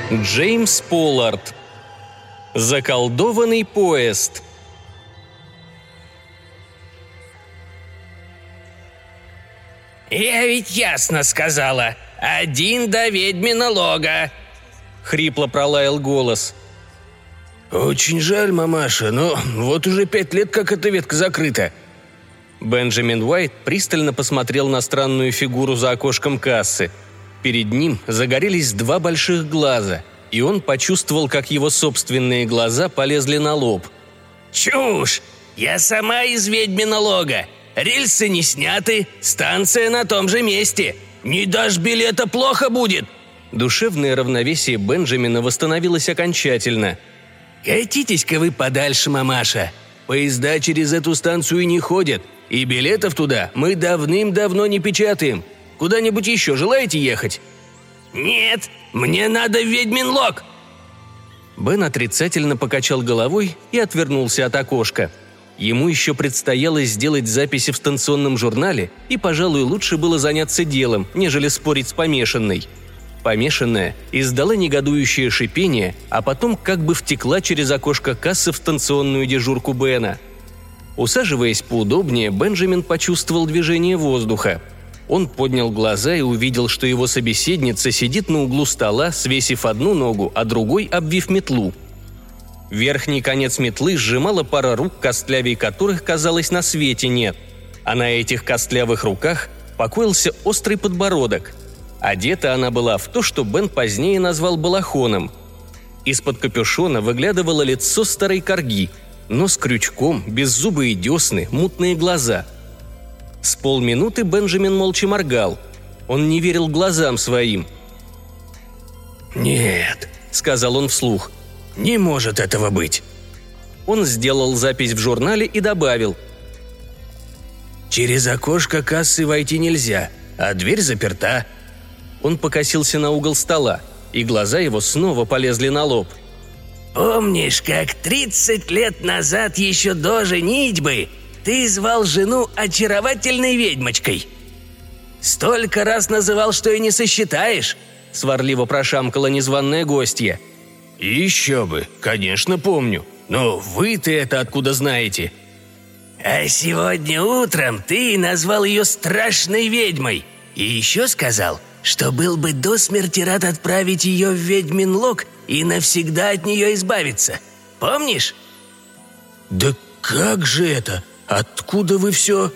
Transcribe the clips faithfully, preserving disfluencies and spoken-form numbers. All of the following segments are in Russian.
Джеймс Поллард. Заколдованный поезд. «Я ведь ясно сказала. Один до ведьмина лога!» — хрипло пролаял голос. «Очень жаль, мамаша, но вот уже пять лет, как эта ветка закрыта». Бенджамин Уайт пристально посмотрел на странную фигуру за окошком кассы. Перед ним загорелись два больших глаза, и он почувствовал, как его собственные глаза полезли на лоб. «Чушь! Я сама из ведьмина лога! Рельсы не сняты, станция на том же месте! Не дашь билета, плохо будет!» Душевное равновесие Бенджамина восстановилось окончательно. «Катитесь-ка вы подальше, мамаша. Поезда через эту станцию не ходят, и билетов туда мы давным-давно не печатаем. Куда-нибудь еще желаете ехать?» «Нет, мне надо в ведьмин лог!» Бен отрицательно покачал головой и отвернулся от окошка. Ему еще предстояло сделать записи в станционном журнале, и, пожалуй, лучше было заняться делом, нежели спорить с помешанной. Помешанная издала негодующее шипение, а потом как бы втекла через окошко кассы в станционную дежурку Бена. Усаживаясь поудобнее, Бенджамин почувствовал движение воздуха. Он поднял глаза и увидел, что его собеседница сидит на углу стола, свесив одну ногу, а другой обвив метлу. Верхний конец метлы сжимала пара рук, костлявей которых, казалось, на свете нет. А на этих костлявых руках покоился острый подбородок. Одета она была в то, что Бен позднее назвал балахоном. Из-под капюшона выглядывало лицо старой корги, нос крючком, беззубые десны, мутные глаза. С полминуты Бенджамин молча моргал. Он не верил глазам своим. «Нет», — сказал он вслух, — «не может этого быть». Он сделал запись в журнале и добавил: «Через окошко кассы войти нельзя, а дверь заперта». Он покосился на угол стола, и глаза его снова полезли на лоб. «Помнишь, как тридцать лет назад, еще до женитьбы, ты звал жену очаровательной ведьмочкой? Столько раз называл, что и не сосчитаешь», — сварливо прошамкала незваная гостья. «Еще бы, конечно, помню. Но вы-то это откуда знаете?» «А сегодня утром ты назвал ее страшной ведьмой. И еще сказал, что был бы до смерти рад отправить ее в ведьмин лог и навсегда от нее избавиться. Помнишь?» «Да как же это? Откуда вы все...»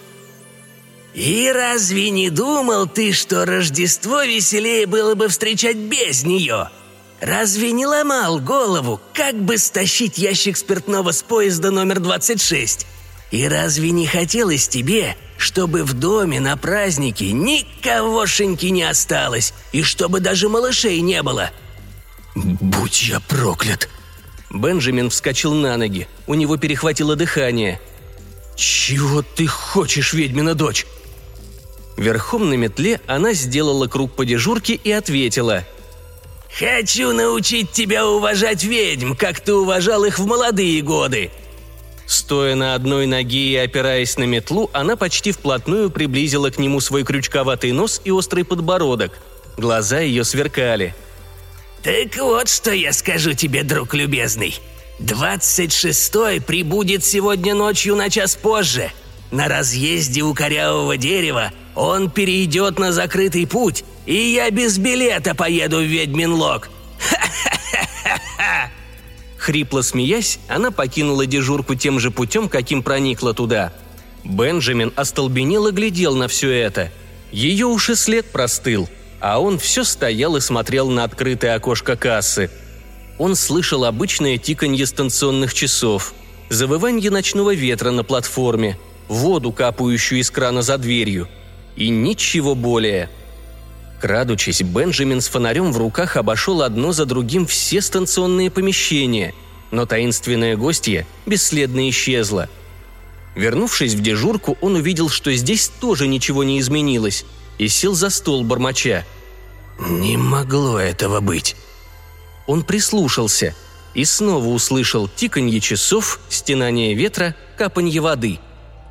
«И разве не думал ты, что Рождество веселее было бы встречать без нее? Разве не ломал голову, как бы стащить ящик спиртного с поезда номер двадцать шесть? И разве не хотелось тебе, чтобы в доме на празднике никогошеньки не осталось, и чтобы даже малышей не было?» «Будь я проклят!» Бенджамин вскочил на ноги. У него перехватило дыхание. «Чего ты хочешь, ведьмина дочь?» Верхом на метле она сделала круг по дежурке и ответила: «Хочу научить тебя уважать ведьм, как ты уважал их в молодые годы». Стоя на одной ноге и опираясь на метлу, она почти вплотную приблизила к нему свой крючковатый нос и острый подбородок. Глаза ее сверкали. «Так вот, что я скажу тебе, друг любезный. Двадцать шестой прибудет сегодня ночью на час позже. На разъезде у корявого дерева он перейдет на закрытый путь, и я без билета поеду в ведьмин лог. Ха-ха-ха-ха-ха!» Хрипло смеясь, она покинула дежурку тем же путем, каким проникла туда. Бенджамин остолбенело глядел на все это. Ее уж и след простыл, а он все стоял и смотрел на открытое окошко кассы. Он слышал обычное тиканье станционных часов, завыванье ночного ветра на платформе, воду, капающую из крана за дверью. И ничего более. Крадучись, Бенджамин с фонарем в руках обошел одно за другим все станционные помещения, но таинственная гостья бесследно исчезла. Вернувшись в дежурку, он увидел, что здесь тоже ничего не изменилось, и сел за стол бормоча: «Не могло этого быть». Он прислушался и снова услышал тиканье часов, стенание ветра, капанье воды.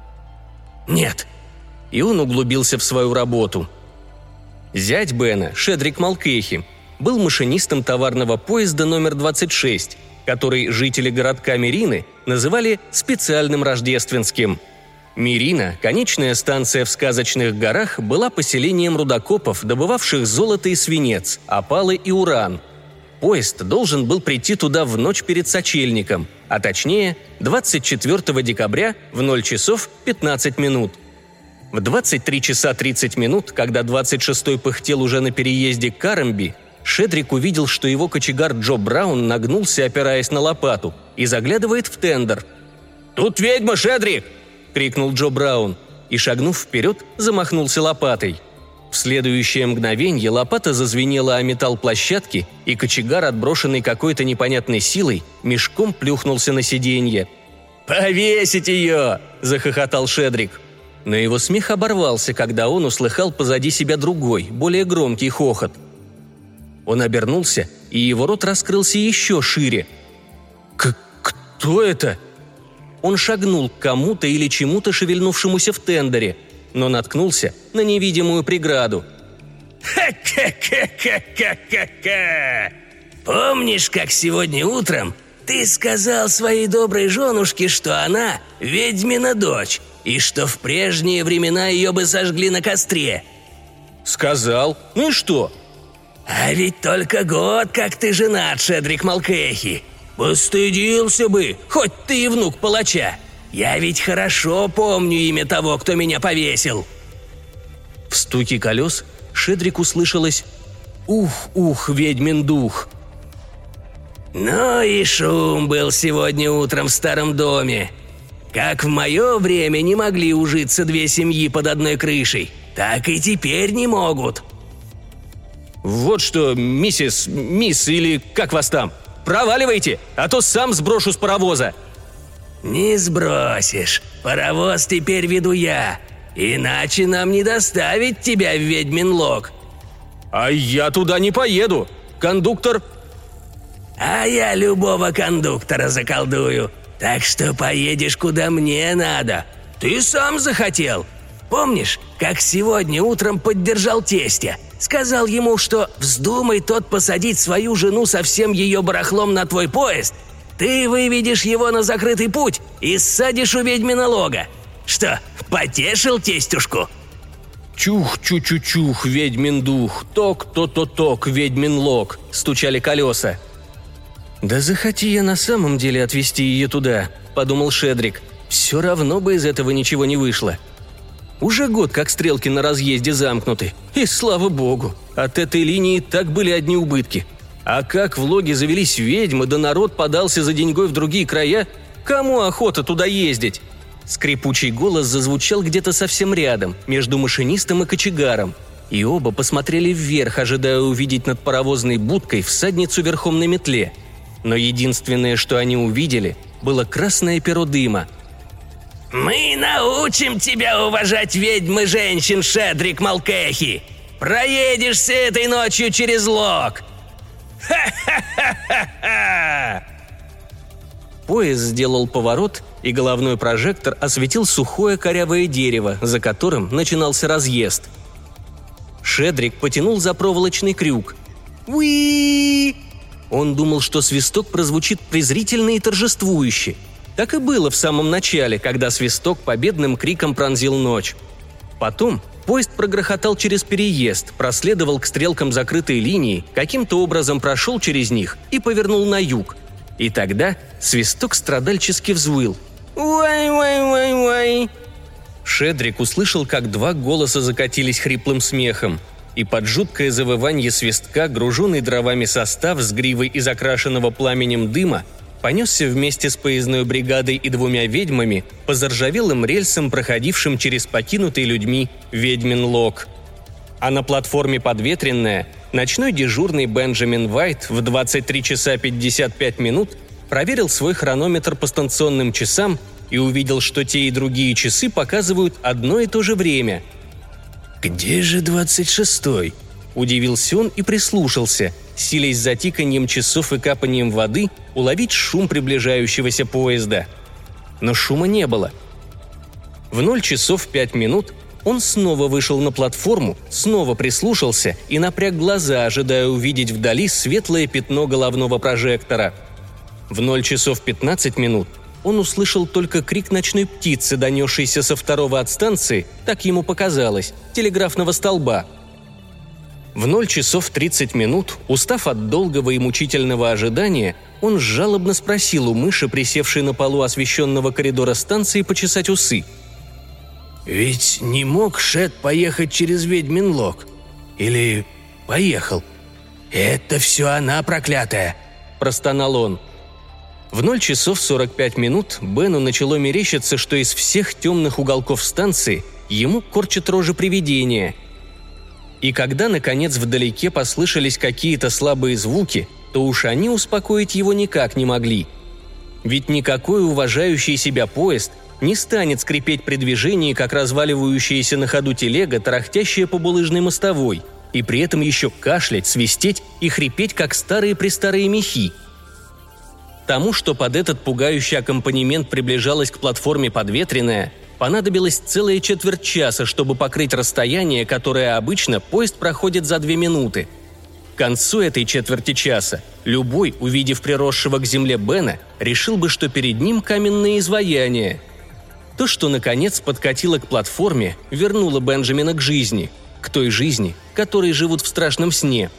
«Нет». И он углубился в свою работу. Зять Бена, Шедрик Малкехи, был машинистом товарного поезда номер двадцать шесть, который жители городка Мирины называли специальным рождественским. Мирина, конечная станция в сказочных горах, была поселением рудокопов, добывавших золото и свинец, опалы и уран. Поезд должен был прийти туда в ночь перед сочельником, а точнее двадцать четвёртого декабря в ноль часов пятнадцать минут. В двадцать три часа тридцать минут, когда двадцать шестой пыхтел уже на переезде к Карамби, Шедрик увидел, что его кочегар Джо Браун нагнулся, опираясь на лопату, и заглядывает в тендер. «Тут ведьма, Шедрик!» – крикнул Джо Браун и, шагнув вперед, замахнулся лопатой. В следующее мгновенье лопата зазвенела о металл площадки, и кочегар, отброшенный какой-то непонятной силой, мешком плюхнулся на сиденье. «Повесить ее!» – захохотал Шедрик. Но его смех оборвался, когда он услыхал позади себя другой, более громкий хохот. Он обернулся, и его рот раскрылся еще шире. «К- кто это?» Он шагнул к кому-то или чему-то, шевельнувшемуся в тендере, но наткнулся на невидимую преграду. «Ха-ха-ха-ха-ха-ха! Помнишь, как сегодня утром ты сказал своей доброй женушке, что она ведьмина дочь, и что в прежние времена ее бы сожгли на костре?» «Сказал. Ну и что?» «А ведь только год, как ты женат, Шедрик Малкехи. Постыдился бы, хоть ты и внук палача. Я ведь хорошо помню имя того, кто меня повесил». В стуке колес Шедрик услышалось «Ух, ух, ведьмин дух». Ну и шум был сегодня утром в старом доме. Как в мое время не могли ужиться две семьи под одной крышей, так и теперь не могут. «Вот что, миссис, мисс или как вас там, проваливайте, а то сам сброшу с паровоза». «Не сбросишь. Паровоз теперь веду я. Иначе нам не доставить тебя в ведьмин лог». «А я туда не поеду. Кондуктор...» «А я любого кондуктора заколдую. Так что поедешь куда мне надо. Ты сам захотел. Помнишь, как сегодня утром поддержал тестя? Сказал ему, что вздумай тот посадить свою жену со всем ее барахлом на твой поезд, ты выведешь его на закрытый путь и ссадишь у ведьмина лога. Что, потешил тестюшку?» «Чух-чу-чу-чух, ведьмин дух, ток-то-то-ток, ведьмин лог», – стучали колеса. «Да захоти я на самом деле отвезти ее туда», – подумал Шедрик. «Все равно бы из этого ничего не вышло. Уже год как стрелки на разъезде замкнуты, и слава богу, от этой линии так были одни убытки. А как в логе завелись ведьмы, да народ подался за деньгой в другие края, кому охота туда ездить?» Скрипучий голос зазвучал где-то совсем рядом, между машинистом и кочегаром, и оба посмотрели вверх, ожидая увидеть над паровозной будкой всадницу верхом на метле. Но единственное, что они увидели, было красное перо дыма. «Мы научим тебя уважать ведьм и женщин, Шедрик Малкехи! Проедешься этой ночью через лог! Ха-ха-ха-ха-ха!» Поезд сделал поворот, и головной прожектор осветил сухое корявое дерево, за которым начинался разъезд. Шедрик потянул за проволочный крюк. «Уи!» Он думал, что свисток прозвучит презрительно и торжествующе. Так и было в самом начале, когда свисток победным криком пронзил ночь. Потом поезд прогрохотал через переезд, проследовал к стрелкам закрытой линии, каким-то образом прошел через них и повернул на юг. И тогда свисток страдальчески взвыл. «Уай-уай-уай-уай!» Шедрик услышал, как два голоса закатились хриплым смехом, и под жуткое завыванье свистка груженный дровами состав с гривой из окрашенного пламенем дыма понесся вместе с поездной бригадой и двумя ведьмами по заржавелым рельсам, проходившим через покинутый людьми ведьмин лог. А на платформе «Подветренная» ночной дежурный Бенджамин Уайт в двадцать три часа пятьдесят пять минут проверил свой хронометр по станционным часам и увидел, что те и другие часы показывают одно и то же время. «Где же двадцать шестой?» – удивился он и прислушался, силясь за тиканьем часов и капанием воды уловить шум приближающегося поезда. Но шума не было. В ноль часов пять минут Он снова вышел на платформу, снова прислушался и напряг глаза, ожидая увидеть вдали светлое пятно головного прожектора. В ноль часов пятнадцать минут он услышал только крик ночной птицы, донесшийся со второго от станции, так ему показалось, телеграфного столба. В ноль часов тридцать минут, устав от долгого и мучительного ожидания, он жалобно спросил у мыши, присевшей на полу освещенного коридора станции, почесать усы. «Ведь не мог Шет поехать через Ведьмин Лог? Или поехал? Это все она, проклятая!» – простонал он. В ноль часов сорок пять минут Бену начало мерещиться, что из всех темных уголков станции ему корчат рожи привидения. И когда, наконец, вдалеке послышались какие-то слабые звуки, то уж они успокоить его никак не могли. Ведь никакой уважающий себя поезд не станет скрипеть при движении, как разваливающаяся на ходу телега, тарахтящая по булыжной мостовой, и при этом еще кашлять, свистеть и хрипеть, как старые-престарые мехи. Тому, что под этот пугающий аккомпанемент приближалась к платформе подветренная, понадобилось целая четверть часа, чтобы покрыть расстояние, которое обычно поезд проходит за две минуты. К концу этой четверти часа любой, увидев приросшего к земле Бена, решил бы, что перед ним каменное изваяние. То, что, наконец, подкатило к платформе, вернуло Бенджамина к жизни, к той жизни, которой живут в страшном сне.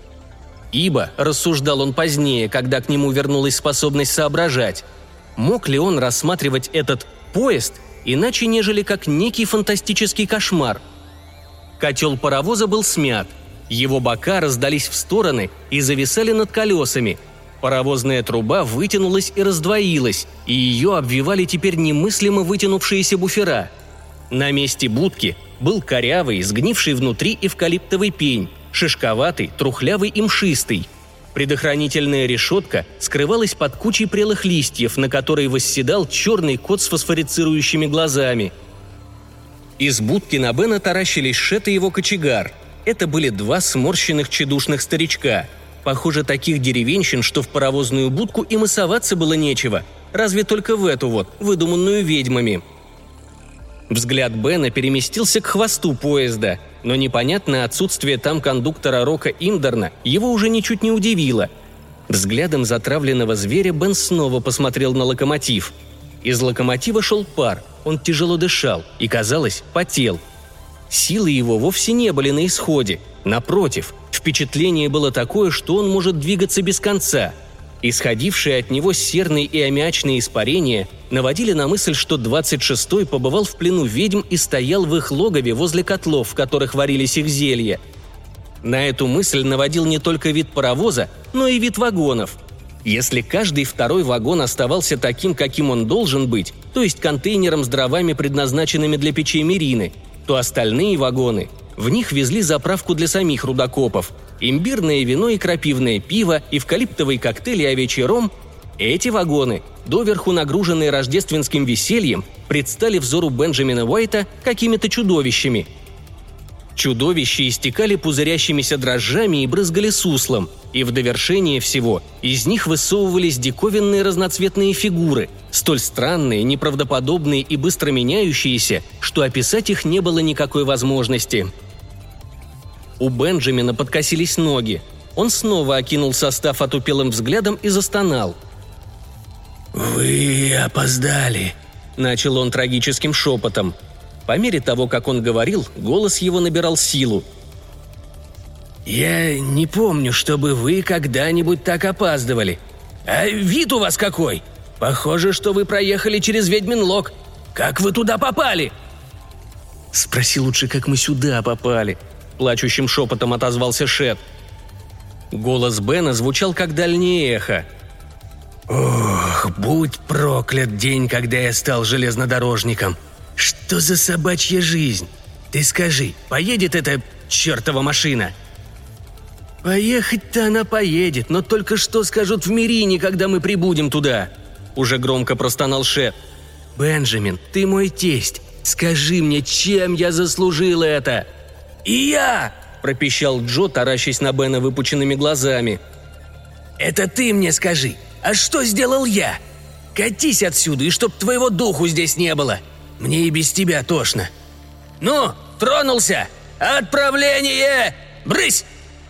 Ибо, рассуждал он позднее, когда к нему вернулась способность соображать, мог ли он рассматривать этот поезд иначе, нежели как некий фантастический кошмар? Котел паровоза был смят, его бока раздались в стороны и зависали над колесами. Паровозная труба вытянулась и раздвоилась, и ее обвивали теперь немыслимо вытянувшиеся буфера. На месте будки был корявый, сгнивший внутри эвкалиптовый пень, шишковатый, трухлявый и мшистый. Предохранительная решетка скрывалась под кучей прелых листьев, на которой восседал черный кот с фосфорицирующими глазами. Из будки на Бена таращились Шет и его кочегар. Это были два сморщенных тщедушных старичка. Похоже, таких деревенщин, что в паровозную будку им и соваться было нечего, разве только в эту вот, выдуманную ведьмами. Взгляд Бена переместился к хвосту поезда, но непонятное отсутствие там кондуктора Рока Индерна его уже ничуть не удивило. Взглядом затравленного зверя Бен снова посмотрел на локомотив. Из локомотива шел пар, он тяжело дышал и, казалось, потел. Силы его вовсе не были на исходе. Напротив, впечатление было такое, что он может двигаться без конца. Исходившие от него серные и аммиачные испарения наводили на мысль, что двадцать шестой побывал в плену ведьм и стоял в их логове возле котлов, в которых варились их зелья. На эту мысль наводил не только вид паровоза, но и вид вагонов. Если каждый второй вагон оставался таким, каким он должен быть, то есть контейнером с дровами, предназначенными для печей Мерины, то остальные вагоны – в них везли заправку для самих рудокопов, имбирное вино и крапивное пиво, эвкалиптовый коктейль и овечий ром. Эти вагоны, доверху нагруженные рождественским весельем, предстали взору Бенджамина Уайта какими-то чудовищами. Чудовища истекали пузырящимися дрожжами и брызгали суслом, и в довершение всего из них высовывались диковинные разноцветные фигуры, столь странные, неправдоподобные и быстро меняющиеся, что описать их не было никакой возможности. У Бенджамина подкосились ноги. Он снова окинул состав отупелым взглядом и застонал. «Вы опоздали», — начал он трагическим шепотом. По мере того, как он говорил, голос его набирал силу. «Я не помню, чтобы вы когда-нибудь так опаздывали. А вид у вас какой! Похоже, что вы проехали через Ведьмин Лог. Как вы туда попали?» «Спроси лучше, как мы сюда попали», — плачущим шепотом отозвался Шет. Голос Бена звучал как дальнее эхо. «Ох, будь проклят день, когда я стал железнодорожником! Что за собачья жизнь? Ты скажи, поедет эта чертова машина?» «Поехать-то она поедет, но только что скажут в Мерине, когда мы прибудем туда?» Уже громко простонал Шет. «Бенджамин, ты мой тесть. Скажи мне, чем я заслужил это?» «И я!» – пропищал Джо, таращась на Бена выпученными глазами. «Это ты мне скажи, а что сделал я? Катись отсюда, и чтоб твоего духу здесь не было. Мне и без тебя тошно». Ну, тронулся! Отправление! Брысь!»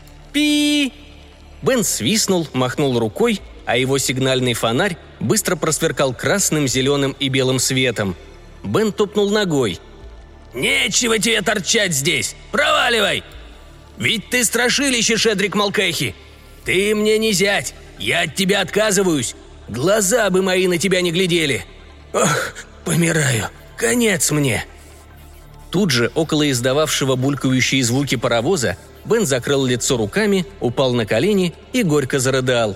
«Пи!» Бен свистнул, махнул рукой, а его сигнальный фонарь быстро просверкал красным, зеленым и белым светом. Бен топнул ногой. «Нечего тебе торчать здесь! Проваливай! Ведь ты страшилище, Шедрик Малкехи! Ты мне не зять! Я от тебя отказываюсь! Глаза бы мои на тебя не глядели! Ох, помираю! Конец мне!» Тут же, около издававшего булькающие звуки паровоза, Бен закрыл лицо руками, упал на колени и горько зарыдал.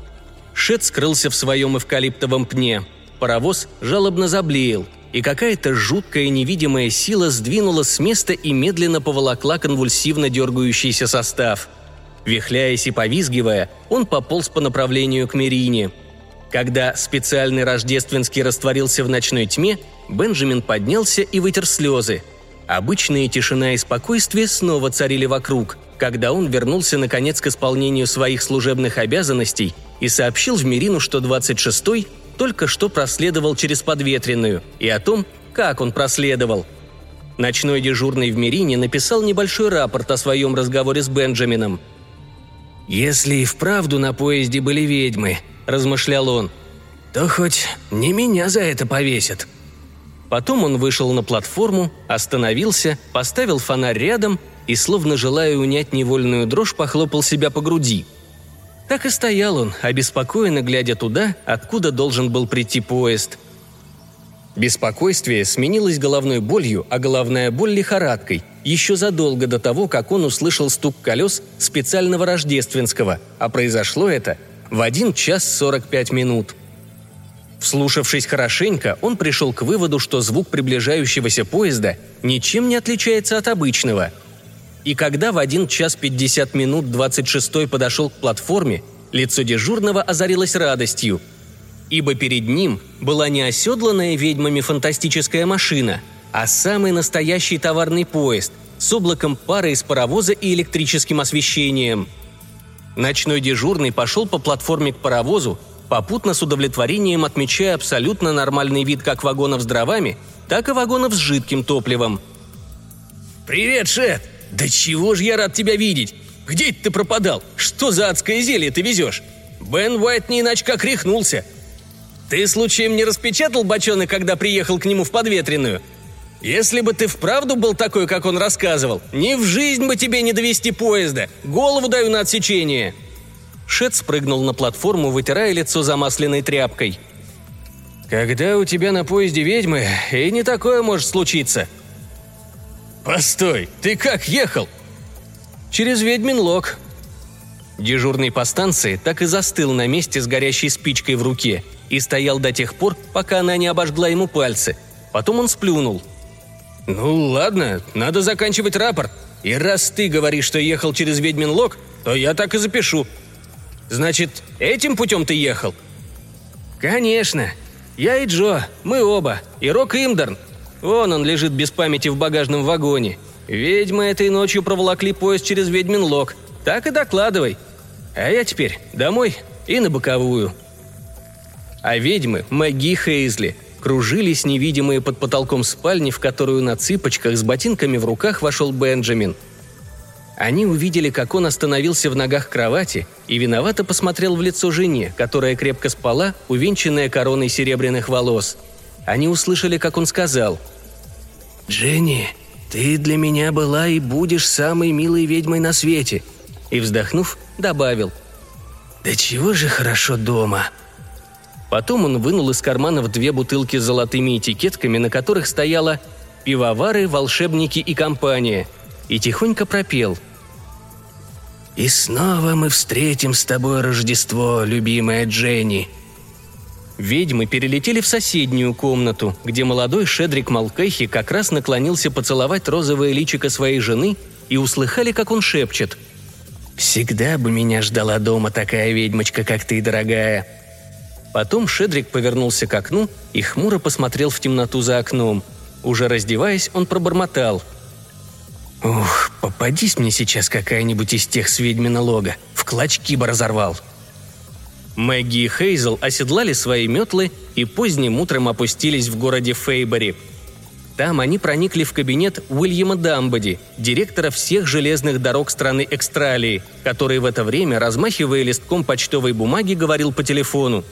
Шет скрылся в своем эвкалиптовом пне. Паровоз жалобно заблеял, и какая-то жуткая невидимая сила сдвинула с места и медленно поволокла конвульсивно дергающийся состав. Вихляясь и повизгивая, он пополз по направлению к Мерине. Когда специальный рождественский растворился в ночной тьме, Бенджамин поднялся и вытер слезы. Обычная тишина и спокойствие снова царили вокруг, когда он вернулся наконец к исполнению своих служебных обязанностей и сообщил в Мерину, что двадцать шестой только что проследовал через Подветренную, и о том, как он проследовал. Ночной дежурный в Мерине написал небольшой рапорт о своем разговоре с Бенджамином. «Если и вправду на поезде были ведьмы, — размышлял он, — то хоть не меня за это повесят». Потом он вышел на платформу, остановился, поставил фонарь рядом и, словно желая унять невольную дрожь, похлопал себя по груди. Так и стоял он, обеспокоенно глядя туда, откуда должен был прийти поезд. Беспокойствие сменилось головной болью, а головная боль – лихорадкой, еще задолго до того, как он услышал стук колес специального рождественского, а произошло это в один час сорок пять минут. Вслушавшись хорошенько, он пришел к выводу, что звук приближающегося поезда ничем не отличается от обычного. И когда в один час пятьдесят минут двадцать шестой подошел к платформе, лицо дежурного озарилось радостью, ибо перед ним была не оседланная ведьмами фантастическая машина, а самый настоящий товарный поезд с облаком пары из паровоза и электрическим освещением. Ночной дежурный пошел по платформе к паровозу, попутно с удовлетворением отмечая абсолютно нормальный вид как вагонов с дровами, так и вагонов с жидким топливом. «Привет, Шет! Да чего ж я рад тебя видеть! Где ты пропадал? Что за адское зелье ты везешь? Бен Уайт не иначе как рехнулся. Ты случаем не распечатал бочонок, когда приехал к нему в Подветренную? Если бы ты вправду был такой, как он рассказывал, ни в жизнь бы тебе не довести поезда. Голову даю на отсечение!» Шет спрыгнул на платформу, вытирая лицо замасленной тряпкой. «Когда у тебя на поезде ведьмы, и не такое может случиться». «Постой, ты как ехал?» «Через Ведьмин Лог». Дежурный по станции так и застыл на месте с горящей спичкой в руке и стоял до тех пор, пока она не обожгла ему пальцы. Потом он сплюнул. «Ну ладно, надо заканчивать рапорт. И раз ты говоришь, что ехал через Ведьмин Лог, то я так и запишу. Значит, этим путем ты ехал?» «Конечно. Я и Джо, мы оба, и Рок Имдерн. Вон он лежит без памяти в багажном вагоне. Ведьмы этой ночью проволокли поезд через Ведьмин Лог. Так и докладывай. А я теперь домой и на боковую». А ведьмы, Мэгги и Хейзли, кружились невидимые под потолком спальни, в которую на цыпочках с ботинками в руках вошел Бенджамин. Они увидели, как он остановился в ногах кровати и виновато посмотрел в лицо жене, которая крепко спала, увенчанная короной серебряных волос. Они услышали, как он сказал: «Дженни, ты для меня была и будешь самой милой ведьмой на свете», и, вздохнув, добавил: «Да чего же хорошо дома». Потом он вынул из карманов две бутылки с золотыми этикетками, на которых стояло «Пивовары, волшебники и компания», и тихонько пропел: «И снова мы встретим с тобой Рождество, любимая Дженни». Ведьмы перелетели в соседнюю комнату, где молодой Шедрик Малкехи как раз наклонился поцеловать розовое личико своей жены, и услыхали, как он шепчет: «Всегда бы меня ждала дома такая ведьмочка, как ты, дорогая». Потом Шедрик повернулся к окну и хмуро посмотрел в темноту за окном. Уже раздеваясь, он пробормотал: «Ух, попадись мне сейчас какая-нибудь из тех с Ведьмина Лога, в клочки бы разорвал». Мэгги и Хейзел оседлали свои метлы и поздним утром опустились в городе Фейбори. Там они проникли в кабинет Уильяма Дамбоди, директора всех железных дорог страны Экстралии, который в это время, размахивая листком почтовой бумаги, говорил по телефону.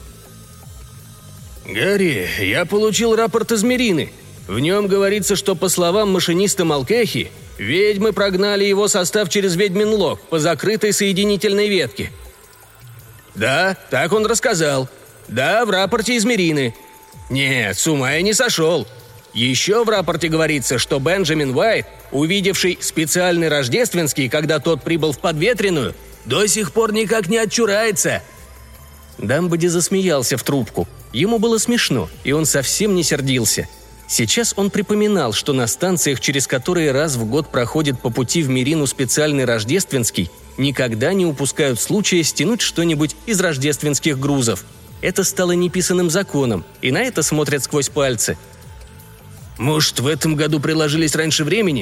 «Гарри, я получил рапорт из Мерины. В нем говорится, что, по словам машиниста Малкехи, ведьмы прогнали его состав через ведьмин лог по закрытой соединительной ветке». «Да, так он рассказал. Да, в рапорте из Мерины. Нет, с ума я не сошел. Еще в рапорте говорится, что Бенджамин Уайт, увидевший специальный рождественский, когда тот прибыл в Подветренную, до сих пор никак не отчурается». Дамбоди засмеялся в трубку. Ему было смешно, и он совсем не сердился. Сейчас он припоминал, что на станциях, через которые раз в год проходит по пути в Мерину специальный рождественский, никогда не упускают случая стянуть что-нибудь из рождественских грузов. Это стало неписанным законом, и на это смотрят сквозь пальцы. «Может, в этом году приложились раньше времени?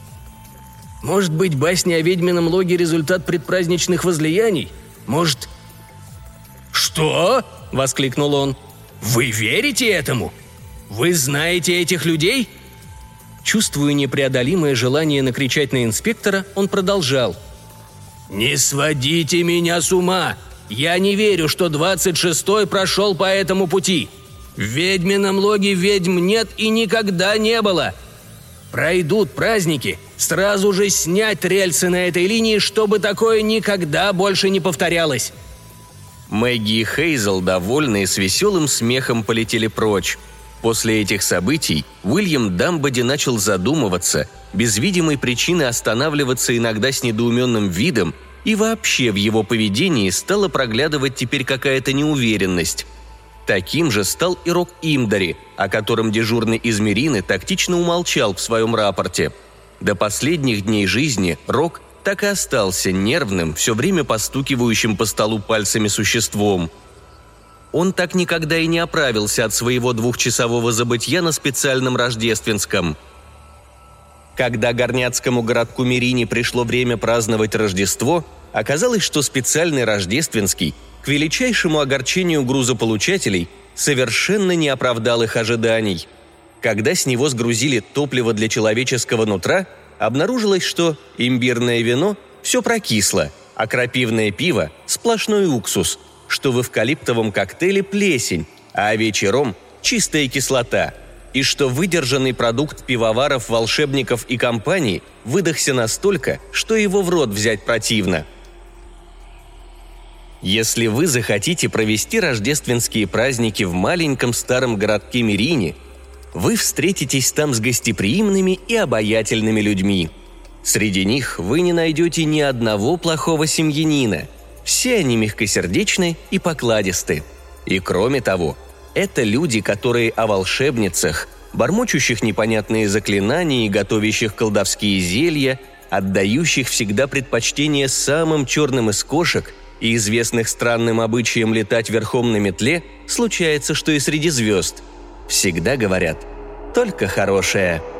Может быть, басня о ведьмином логе – результат предпраздничных возлияний? Может...» «Что?» – воскликнул он. «Вы верите этому? Вы знаете этих людей?» Чувствуя непреодолимое желание накричать на инспектора, он продолжал. «Не сводите меня с ума! Я не верю, что двадцать шестой прошел по этому пути. В ведьмином логе ведьм нет и никогда не было. Пройдут праздники, сразу же снять рельсы на этой линии, чтобы такое никогда больше не повторялось». Мэгги и Хейзел, довольные, с веселым смехом полетели прочь. После этих событий Уильям Дамбоди начал задумываться, без видимой причины останавливаться иногда с недоуменным видом, и вообще в его поведении стала проглядывать теперь какая-то неуверенность. Таким же стал и Рок Имдари, о котором дежурный из Мерины тактично умолчал в своем рапорте. До последних дней жизни Рок так и остался нервным, все время постукивающим по столу пальцами существом. Он так никогда и не оправился от своего двухчасового забытья на специальном рождественском. Когда горняцкому городку Мерине пришло время праздновать Рождество, оказалось, что специальный рождественский, к величайшему огорчению грузополучателей, совершенно не оправдал их ожиданий. Когда с него сгрузили топливо для человеческого нутра, обнаружилось, что имбирное вино все прокисло, а крапивное пиво – сплошной уксус, что в эвкалиптовом коктейле плесень, а овечий ром – чистая кислота, и что выдержанный продукт пивоваров, волшебников и компаний выдохся настолько, что его в рот взять противно. Если вы захотите провести рождественские праздники в маленьком старом городке Мерине, вы встретитесь там с гостеприимными и обаятельными людьми. Среди них вы не найдете ни одного плохого семьянина. Все они мягкосердечны и покладисты. И кроме того, это люди, которые о волшебницах, бормочущих непонятные заклинания и готовящих колдовские зелья, отдающих всегда предпочтение самым черным из кошек и известных странным обычаем летать верхом на метле, случается, что и среди звезд. Всегда говорят «только хорошее».